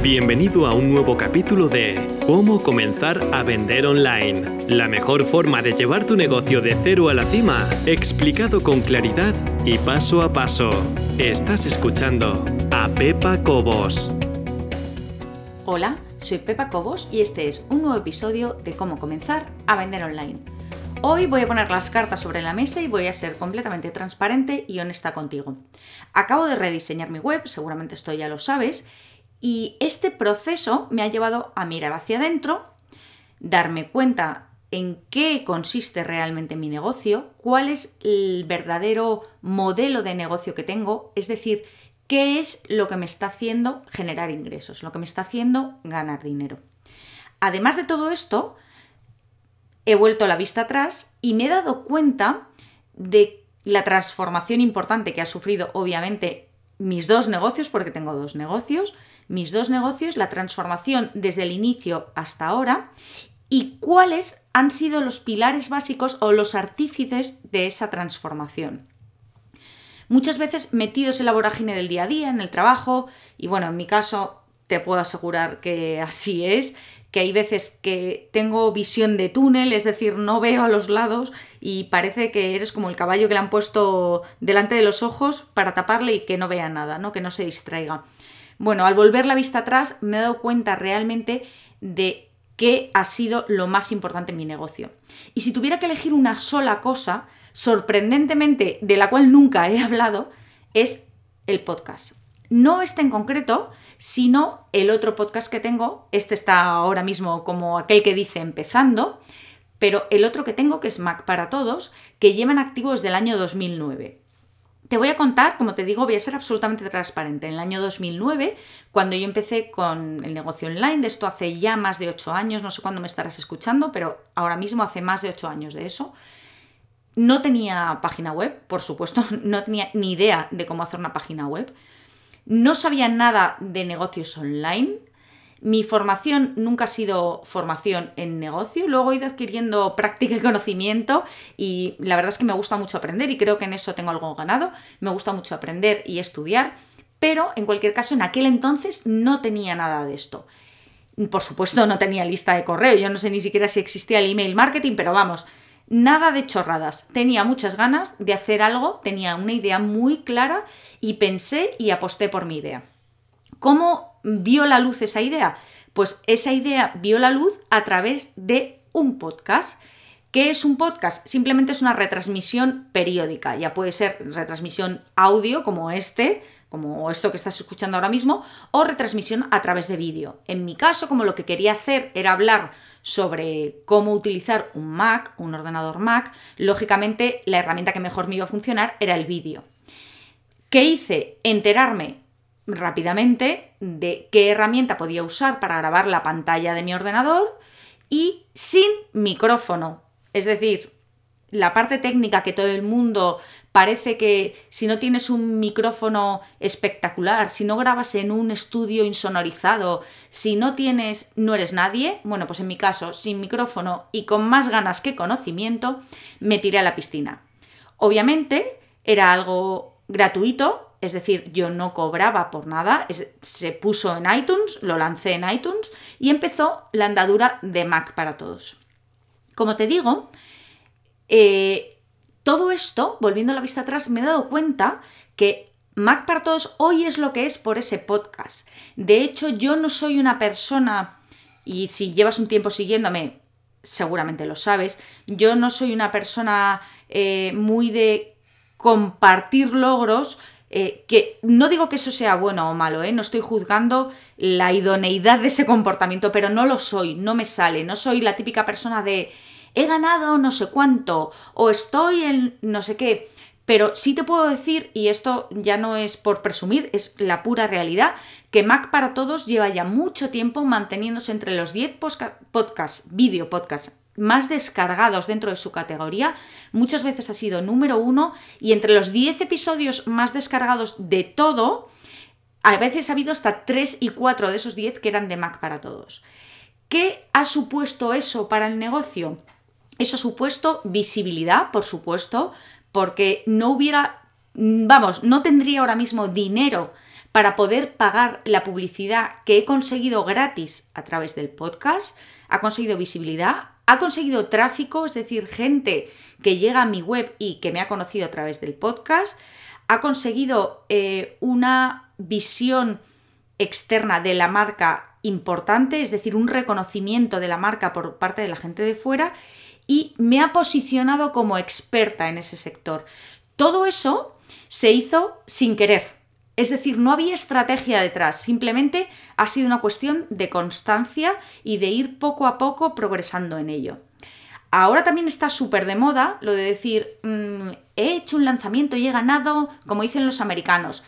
Bienvenido a un nuevo capítulo de Cómo comenzar a vender online. La mejor forma de llevar tu negocio de cero a la cima, explicado con claridad y paso a paso. Estás escuchando a Pepa Cobos. Hola, soy Pepa Cobos y este es un nuevo episodio de Cómo comenzar a vender online. Hoy voy a poner las cartas sobre la mesa y voy a ser completamente transparente y honesta contigo. Acabo de rediseñar mi web, seguramente esto ya lo sabes, y este proceso me ha llevado a mirar hacia adentro, darme cuenta en qué consiste realmente mi negocio, cuál es el verdadero modelo de negocio que tengo, es decir, qué es lo que me está haciendo generar ingresos, lo que me está haciendo ganar dinero. Además de todo esto, he vuelto la vista atrás y me he dado cuenta de la transformación importante que ha sufrido, obviamente, mis dos negocios, porque tengo dos negocios, la transformación desde el inicio hasta ahora y cuáles han sido los pilares básicos o los artífices de esa transformación. Muchas veces metidos en la vorágine del día a día, en el trabajo, y bueno, en mi caso te puedo asegurar que así es, que hay veces que tengo visión de túnel, es decir, no veo a los lados y parece que eres como el caballo que le han puesto delante de los ojos para taparle y que no vea nada, ¿no? Que no se distraiga. Bueno, al volver la vista atrás me he dado cuenta realmente de qué ha sido lo más importante en mi negocio. Y si tuviera que elegir una sola cosa, sorprendentemente, de la cual nunca he hablado, es el podcast. No este en concreto, sino el otro podcast que tengo. Este está ahora mismo como aquel que dice empezando, pero el otro que tengo, que es Mac para Todos, que llevan activo desde el año 2009. Te voy a contar, como te digo, voy a ser absolutamente transparente. En el año 2009, cuando yo empecé con el negocio online, de esto hace ya más de 8 años, no sé cuándo me estarás escuchando, pero ahora mismo hace más de 8 años de eso, no tenía página web, por supuesto, no tenía ni idea de cómo hacer una página web, no sabía nada de negocios online. Mi formación nunca ha sido formación en negocio, luego he ido adquiriendo práctica y conocimiento y la verdad es que me gusta mucho aprender y creo que en eso tengo algo ganado, me gusta mucho aprender y estudiar, pero en cualquier caso en aquel entonces no tenía nada de esto. Por supuesto no tenía lista de correo, yo no sé ni siquiera si existía el email marketing, pero vamos, nada de chorradas. Tenía muchas ganas de hacer algo, tenía una idea muy clara y pensé y aposté por mi idea. ¿Cómo vio la luz esa idea? Pues esa idea vio la luz a través de un podcast. ¿Qué es un podcast? Simplemente es una retransmisión periódica. Ya puede ser retransmisión audio como esto que estás escuchando ahora mismo, o retransmisión a través de vídeo. En mi caso, como lo que quería hacer era hablar sobre cómo utilizar un Mac, un ordenador Mac, lógicamente la herramienta que mejor me iba a funcionar era el vídeo. ¿Qué hice? Enterarme rápidamente de qué herramienta podía usar para grabar la pantalla de mi ordenador y sin micrófono. Es decir, la parte técnica que todo el mundo parece que si no tienes un micrófono espectacular, si no grabas en un estudio insonorizado, si no eres nadie, bueno, pues en mi caso, sin micrófono y con más ganas que conocimiento, me tiré a la piscina. Obviamente era algo gratuito, es decir, yo no cobraba por nada, se puso en iTunes, lo lancé en iTunes y empezó la andadura de Mac para Todos. Como te digo, todo esto, volviendo la vista atrás, me he dado cuenta que Mac para Todos hoy es lo que es por ese podcast. De hecho, yo no soy una persona, y si llevas un tiempo siguiéndome, seguramente lo sabes, yo no soy una persona muy de compartir logros, que no digo que eso sea bueno o malo, no estoy juzgando la idoneidad de ese comportamiento, pero no lo soy, no me sale, no soy la típica persona de he ganado no sé cuánto o estoy en no sé qué, pero sí te puedo decir, y esto ya no es por presumir, es la pura realidad, que Mac para Todos lleva ya mucho tiempo manteniéndose entre los 10 video podcasts más descargados dentro de su categoría, muchas veces ha sido número 1 y entre los 10 episodios más descargados de todo, a veces ha habido hasta 3 y 4 de esos 10 que eran de Mac para Todos. ¿Qué ha supuesto eso para el negocio? Eso ha supuesto visibilidad, por supuesto, porque no tendría ahora mismo dinero para poder pagar la publicidad que he conseguido gratis a través del podcast, ha conseguido visibilidad, ha conseguido tráfico, es decir, gente que llega a mi web y que me ha conocido a través del podcast, ha conseguido una visión externa de la marca importante, es decir, un reconocimiento de la marca por parte de la gente de fuera y me ha posicionado como experta en ese sector. Todo eso se hizo sin querer, es decir, no había estrategia detrás, simplemente ha sido una cuestión de constancia y de ir poco a poco progresando en ello. Ahora también está súper de moda lo de decir, he hecho un lanzamiento y he ganado, como dicen los americanos,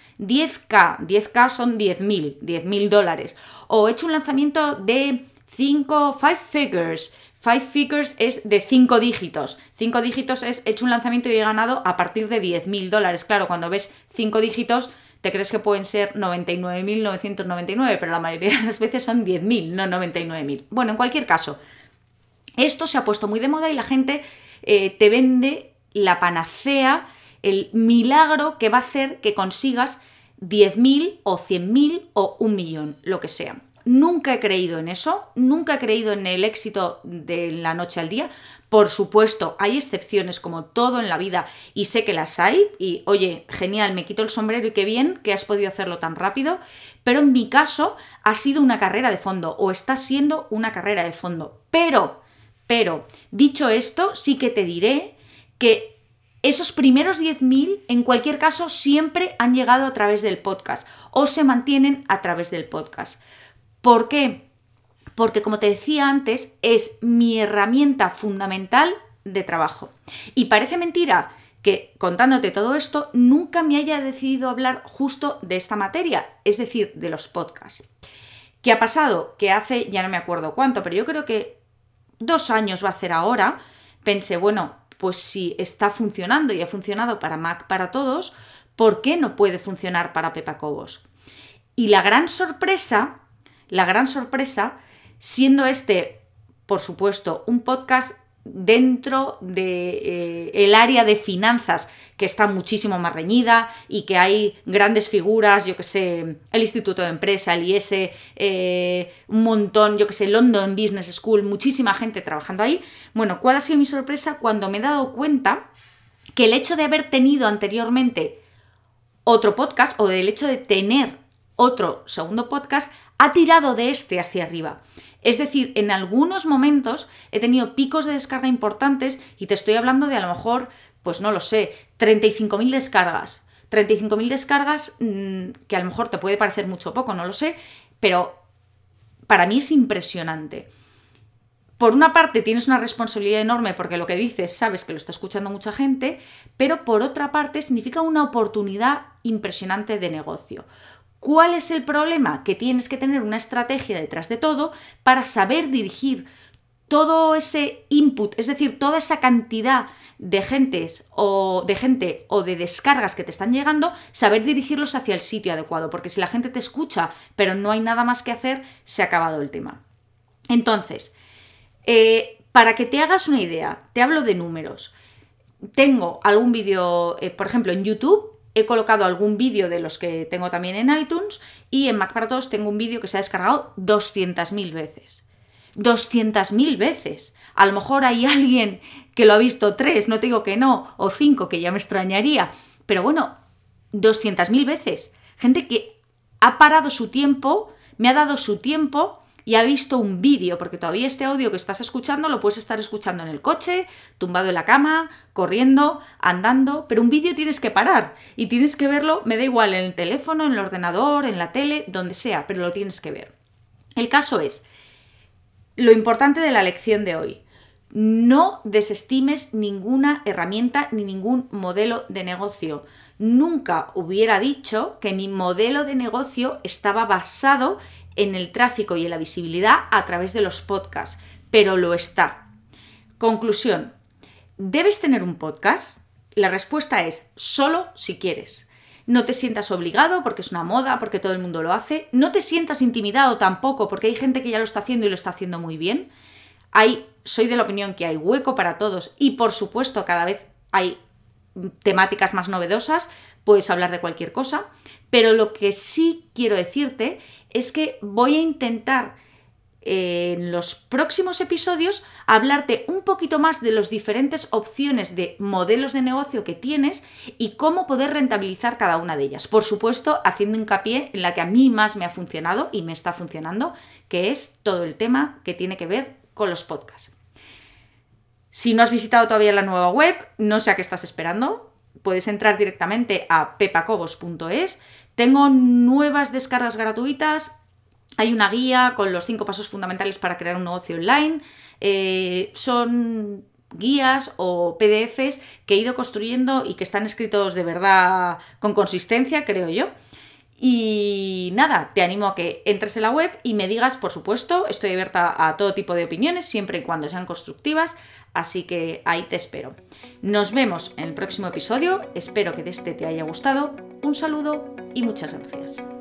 10K son 10.000 dólares, o he hecho un lanzamiento de 5 figures. 5 figures es de 5 dígitos. 5 dígitos es he hecho un lanzamiento y he ganado a partir de 10.000 dólares. Claro, cuando ves 5 dígitos te crees que pueden ser 99.999, pero la mayoría de las veces son 10.000, no 99.000. Bueno, en cualquier caso, esto se ha puesto muy de moda y la gente te vende la panacea, el milagro que va a hacer que consigas 10.000 o 100.000 o 1.000.000, lo que sea. Nunca he creído en eso, nunca he creído en el éxito de la noche al día. Por supuesto, hay excepciones como todo en la vida y sé que las hay y, oye, genial, me quito el sombrero y qué bien que has podido hacerlo tan rápido, pero en mi caso ha sido una carrera de fondo o está siendo una carrera de fondo. Pero, dicho esto, sí que te diré que esos primeros 10.000, en cualquier caso, siempre han llegado a través del podcast o se mantienen a través del podcast. ¿Por qué? Porque, como te decía antes, es mi herramienta fundamental de trabajo. Y parece mentira que, contándote todo esto, nunca me haya decidido hablar justo de esta materia, es decir, de los podcasts. ¿Qué ha pasado? Que hace, ya no me acuerdo cuánto, pero yo creo que 2 años va a hacer ahora, pensé, bueno, pues si está funcionando y ha funcionado para Mac para todos, ¿por qué no puede funcionar para Pepa Cobos? Y la gran sorpresa, siendo este, por supuesto, un podcast dentro del área de finanzas que está muchísimo más reñida y que hay grandes figuras, yo que sé, el Instituto de Empresa, el IES, un montón, yo que sé, London Business School, muchísima gente trabajando ahí. Bueno, ¿cuál ha sido mi sorpresa? Cuando me he dado cuenta que el hecho de haber tenido anteriormente otro podcast o del hecho de tener otro segundo podcast ha tirado de este hacia arriba. Es decir, en algunos momentos he tenido picos de descarga importantes y te estoy hablando de a lo mejor, pues no lo sé, 35.000 descargas. 35.000 descargas que a lo mejor te puede parecer mucho o poco, no lo sé, pero para mí es impresionante. Por una parte tienes una responsabilidad enorme porque lo que dices sabes que lo está escuchando mucha gente, pero por otra parte significa una oportunidad impresionante de negocio. ¿Cuál es el problema? Que tienes que tener una estrategia detrás de todo para saber dirigir todo ese input, es decir, toda esa cantidad de gente o de descargas que te están llegando, saber dirigirlos hacia el sitio adecuado, porque si la gente te escucha pero no hay nada más que hacer, se ha acabado el tema. Entonces, para que te hagas una idea, te hablo de números. Tengo algún vídeo, por ejemplo, en YouTube. He colocado algún vídeo de los que tengo también en iTunes y en Mac para Todos tengo un vídeo que se ha descargado 200.000 veces. 200.000 veces. A lo mejor hay alguien que lo ha visto 3, no te digo que no, o 5, que ya me extrañaría. Pero bueno, 200.000 veces. Gente que ha parado su tiempo, me ha dado su tiempo y ha visto un vídeo, porque todavía este audio que estás escuchando lo puedes estar escuchando en el coche, tumbado en la cama, corriendo, andando, pero un vídeo tienes que parar y tienes que verlo, me da igual, en el teléfono, en el ordenador, en la tele, donde sea, pero lo tienes que ver. El caso es, lo importante de la lección de hoy, no desestimes ninguna herramienta ni ningún modelo de negocio. Nunca hubiera dicho que mi modelo de negocio estaba basado en el tráfico y en la visibilidad a través de los podcasts, pero lo está. Conclusión, ¿debes tener un podcast? La respuesta es solo si quieres. No te sientas obligado porque es una moda, porque todo el mundo lo hace. No te sientas intimidado tampoco porque hay gente que ya lo está haciendo y lo está haciendo muy bien. Soy de la opinión que hay hueco para todos y, por supuesto, cada vez hay temáticas más novedosas, puedes hablar de cualquier cosa, Pero lo que sí quiero decirte es que voy a intentar en los próximos episodios hablarte un poquito más de las diferentes opciones de modelos de negocio que tienes y cómo poder rentabilizar cada una de ellas. Por supuesto, haciendo hincapié en la que a mí más me ha funcionado y me está funcionando, que es todo el tema que tiene que ver con los podcasts. Si no has visitado todavía la nueva web, no sé a qué estás esperando. Puedes entrar directamente a pepacobos.es. Tengo nuevas descargas gratuitas. Hay una guía con los 5 pasos fundamentales para crear un negocio online. Son guías o PDFs que he ido construyendo y que están escritos de verdad con consistencia, creo yo. Y nada, te animo a que entres en la web y me digas, por supuesto, estoy abierta a todo tipo de opiniones, siempre y cuando sean constructivas, así que ahí te espero. Nos vemos en el próximo episodio, espero que este te haya gustado, un saludo y muchas gracias.